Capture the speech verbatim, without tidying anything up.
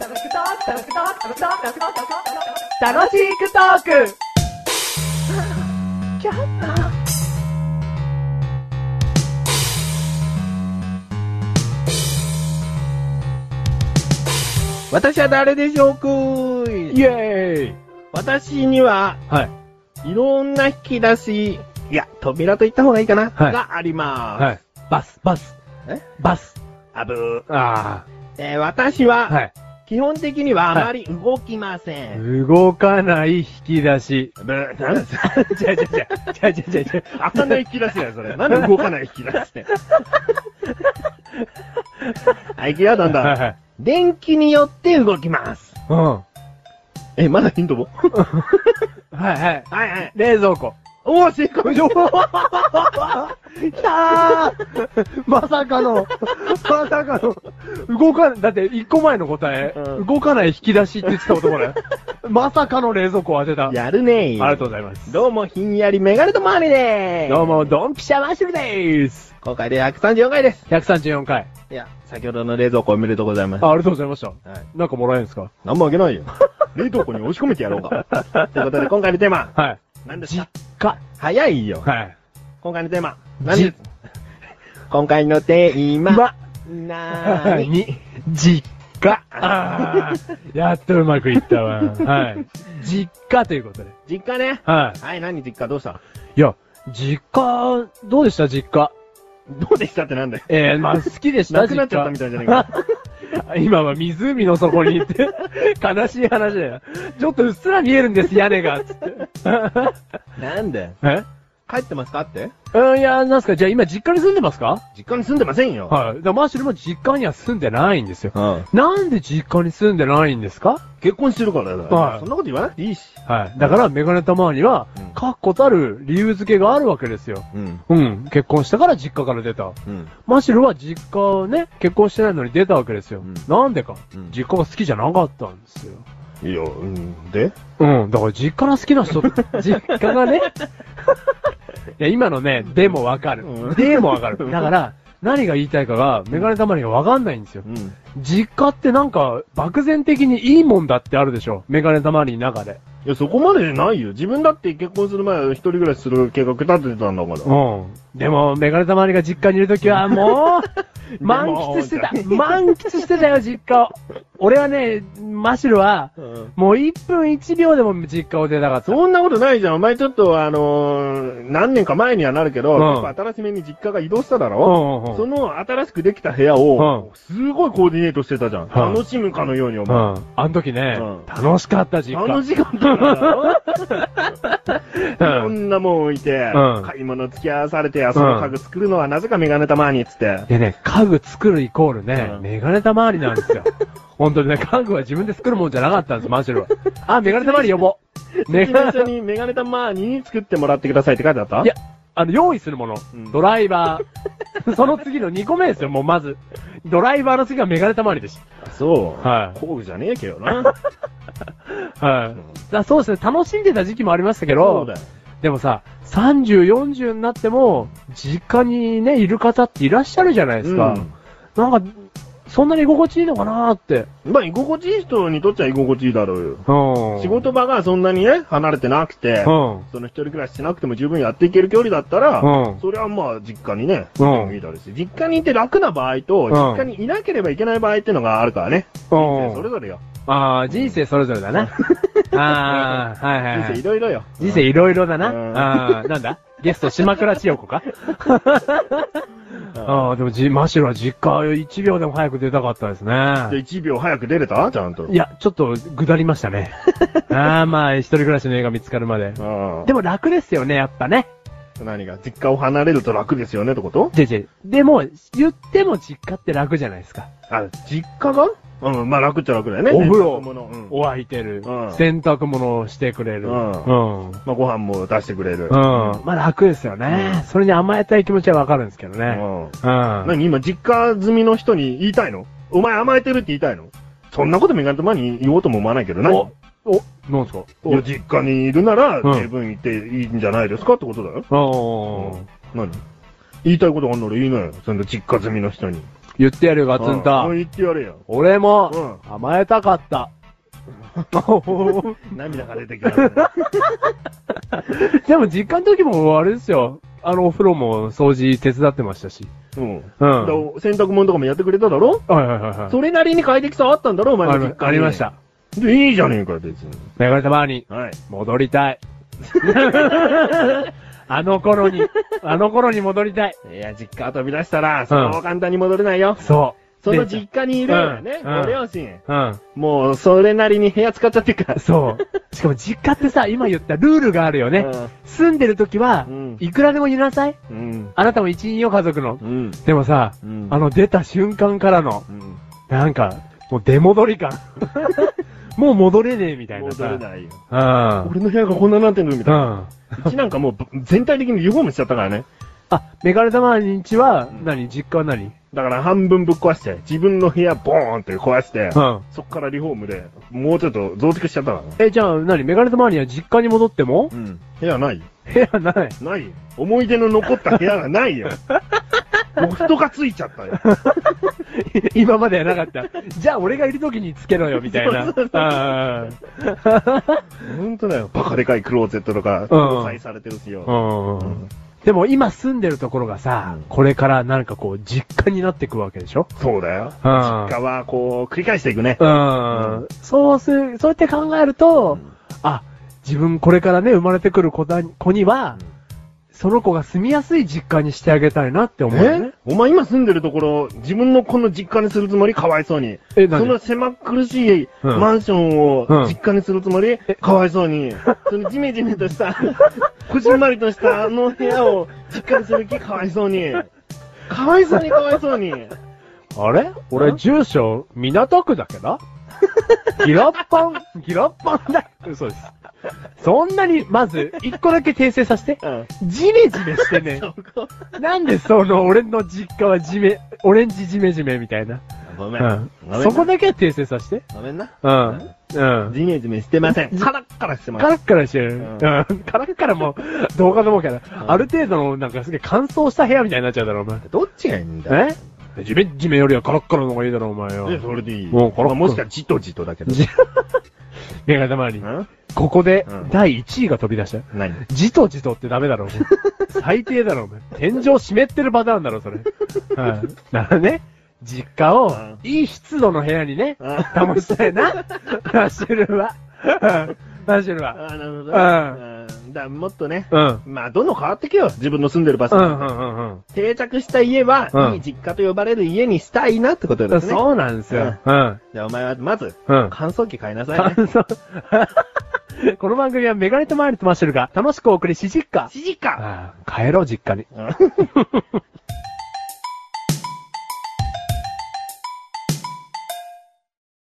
楽しくトーク私は誰でしょうか？ イェーイ。 私には、 はい。 いろんな引き出し、いや、扉と言った方がいいかな、 はい、 があります。 はい。バス、バス。 えバス。 あぶー。 あえー、私は、 はい。 基本的にはあまり動きません。 動かない引き出し。 ブー、なんで違う違う違う。違う違う違う違う。開かない引き出しだよ、それ。なんで動かない引き出しって。はい、行くよ、どんどん。 はいはい。 電気によって動きます。 うん。 え、まだヒントもはいはい。 はいはい。 冷蔵庫。 おー、正解。 きたーまさかの、まさかの、動か、だって一個前の答え、 うん、 動かない引き出しって言ってた男ね。まさかの冷蔵庫を当てた。 やるねー。 ありがとうございます。 どうも、ひんやりメガネとマーニでーす。 どうも、ドンピシャマッシュルでーす。 今回でひゃくさんじゅうよんかいです。 ひゃくさんじゅうよんかい。 いや、先ほどの冷蔵庫おめでとうございます。 あ、ありがとうございました。 はい。 なんかもらえるんですか？ なんもあげないよ。冷凍庫に押し込めてやろうか。ということで、今回のテーマ。 はい。 何ですか？ 実家。 早いよ。 はい。 今回のテーマ。何です今回のテーマ。 ま、 なーに。 に、実家。あー、やっとうまくいったわ。はい。実家ということで。 実家ね。 はい。 はい、何実家どうしたいや、実家、どうでした実家。 どうでしたってなんだよ。 えー、まあ好きでしたなくなっちゃったみたいじゃねえか。 今は湖の底に行って、悲しい話だよ。ちょっとうっすら見えるんです、屋根が、つって。 なんでえ帰ってますかってうん、いや、なんすか、じゃあ今実家に住んでますか？ 実家に住んでませんよ。 はい。だからマーシュルも実家には住んでないんですよ。 うん。 なんで実家に住んでないんですか？ 結婚してるからだよ。 はいそんなこと言わなくていいし。 はい。だからメガネたまにはうん、 確固たる理由付けがあるわけですよ。 うん。 うん。結婚したから実家から出た。 うん。 マシルは実家をね、結婚してないのに出たわけですよ。 うんなんでか、 うん実家が好きじゃなかったんですよ。 いや、うん。でうん。だから実家が好きな人、実家がね。いや、今のね、でもわかる。 うんでもわかる。だから、何が言いたいかが、メガネたまにがわかんないんですよ。 うん。 実家ってなんか、漠然的にいいもんだってあるでしょ。メガネたまにの中で。 いや、そこまでじゃないよ。自分だって結婚する前は一人暮らしする計画立ててたんだから。 うん。でも、メガネたまりが実家にいるときは、もう、満喫してた。満喫してたよ、実家を。俺はね、マシルは、 うんもういっぷんいちびょうでも実家を出たかった。 そんなことないじゃん。お前ちょっとあのー、何年か前にはなるけど、 うん結構新しめに実家が移動しただうんろ、 うんうん。 その新しくできた部屋を、すごいコーディネートしてたじゃん。 ん楽しむかのようにお前。 うん。あの時ね、 うん楽しかった、実家。 楽しかっただろいろうん。 んなもん置いて、 うん買い物付き合わされて、その家具作るのはなぜかメガネたまーにっつって。 でね、家具作るイコールね、 うんメガネたまわりなんですよ。本当にね、家具は自分で作るもんじゃなかったんです、マシュルは。あ、メガネたまわり呼ぼう。メガネ、 説明書にメガネたまーに作ってもらってくださいって書いてあったいや、あの、用意するもの。 うんドライバー。その次のにこめですよ、もうまず。ドライバーの次はメガネたまわりです。 そう。 はい工具じゃねえけどな。 はい。 うんだそうですね、楽しんでた時期もありましたけどそうだ、よ。 でもさ、さんじゅう、よんじゅうになっても、実家にね、いる方っていらっしゃるじゃないですか。なんか、そんなに居心地いいのかなーって。 まあ、居心地いい人にとっちゃ居心地いいだろうよ。 うん。 仕事場がそんなにね、離れてなくて、 うん。 その一人暮らししなくても十分やっていける距離だったら、 うんそれはまあ、実家にね、 うんいてもいいだろうし、実家にいて楽な場合と、 うん実家にいなければいけない場合っていうのがあるからね。 うんそれぞれよ。 ああ、人生それぞれだな。ああ、はいはい、は人生いい。 ろいろよ。 人生いろいろだな。 うんああ、なんだゲスト、島倉千代子かああ、でもじ、マシュルは実家いちびょうでも早く出たかったですじゃあね。 いちびょう早く出れたちゃんと。 いや、ちょっと、ぐだりましたね。ああ、まあ、一人暮らしの映画見つかるまで。 うんでも楽ですよね、やっぱね。 何が、実家を離れると楽ですよねってことじゃじゃ、でも、言っても実家って楽じゃないですか。 あ、実家がうん、まあ楽っちゃ楽だよね。 お風呂洗濯物うんお空いてる。 うん洗濯物をしてくれる。 うんうん。 まあご飯も出してくれる。 うん。まあ楽ですよね。 うんそれに甘えたい気持ちはわかるんですけどね。 うん。 うん。 何今実家済みの人に言いたいのお前甘えてるって言いたいのそんなことメガネと前に言おうとも思わないけどね。 お、お、なんですかいや、実家にいるならうん十分いていいんじゃないですかってことだよ。 おー。 何言いたいことがあんならいいのよ。その実家住みの人に。 言ってやるよ、ガツンうんと。 言ってやれよ。 俺も、 う甘えたかった。 涙が出てきますね。 でも実家の時もあれですよ。あのお風呂も掃除手伝ってましたし。 うん。 うん。 だから洗濯物とかもやってくれただろ？ はいはいはいはい。 それなりに快適さあったんだろお前の実家に。 ありました。 で、いいじゃねえかよ、別に。 メガネたまに、 はい。 戻りたい。あの頃に、あの頃に戻りたい。 いや、実家飛び出したら、そう簡単に戻れないよ。 そう。 その実家にいる、 うんね、 うんご両親。 うん。 もう、それなりに部屋使っちゃってるから。 そう。しかも実家ってさ、今言ったルールがあるよね。 うん住んでる時はう、んいくらでもいなさい。 うん。 あなたも一員よ、家族のう。ん。 でもさ、 うんあの出た瞬間からの、 うん。 なんか、もう出戻り感。もう戻れねえみたいな戻さ。 れないよ。 うん。 俺の部屋がこんなになってんのみたいな。 うん。 うちなんかもう全体的にリフォームしちゃったからね。 あ、メガネたまにんちはうん、 何実家は何だから半分ぶっ壊して、自分の部屋ボーンって壊して、 うん。 そっからリフォームで、もうちょっと増築しちゃったからね。 え、じゃあ何メガネたまには実家に戻ってもうん。部屋ない部屋ない。 ないよ。思い出の残った部屋がないよ。ロフトがついちゃったよ。 今まではなかった。じゃあ俺がいる時につけろよ、みたいな。 そうそうそうあほんとだよ。バカでかいクローゼットとか、 うん搭載されてるしよ。 ーうんうんでも今住んでるところがさ、 うんこれからなんかこう実家になっていくわけでしょそうだよ。 うん実家はこう、繰り返していくね。 うん。そうする、そうやって考えると、 うんあ、自分これからね、生まれてくる子だ子には、その子が住みやすい実家にしてあげたいなって思うよねえ。お前今住んでるところ、自分の子の実家にするつもりかわいそうに。 え、何その狭苦しいうんマンションうんを実家にするつもり、かわいそうに。そのジメジメとした、こじんまりとしたあの部屋を実家にする気かわいそうに。かわいそうにかわいそうに。 あれ俺住所、港区だけどギラッパン、ギラッパンだ。嘘です。そんなに、まず、一個だけ訂正させて。 うん。 ジメジメしてね。なんでその、俺の実家はジメ、オレンジジメジメみたいな。 ごめ。 うんん。そこだけは訂正させて。 ごめんな。 うん。うん。 ジメジメしてません。カラッカラしてます。 カラッカラしてる。 ううんん。カラッカラも、どうかと思うけど、 んある程度の、なんかすげえ乾燥した部屋みたいになっちゃうだろ、お前。 どっちがいいんだよ。 えジメジメよりはカラッカラの方がいいだろ、お前よ。 え、それでいい。 もうカラッカラもしかじとじとだけど。 じメガネたまに。 んここでうん、 だいいちいが飛び出したよ。 何じとじとってダメだろ、お前最低だろ、お前。天井湿ってるパターンだろ、それ。はい。だからね、実家をうん、 いい湿度の部屋にね、 あ保ちたいな。マッシュルは。マッシュルは。 あ、なるほど。 うんうん。だからもっとね。 うん。 まあ、どんどん変わってけよ。自分の住んでる場所。 うん、うん、うん、うん。 定着した家は、 うんいい実家と呼ばれる家にしたいなってことですね。 そうなんですよ。うん。 じゃあお前はまず、 うん。 乾燥機買いなさいね。 感想。この番組はメガネとマイルとマッシュルが楽しくお送りし実家。 指示かああ帰ろう、実家に。 うん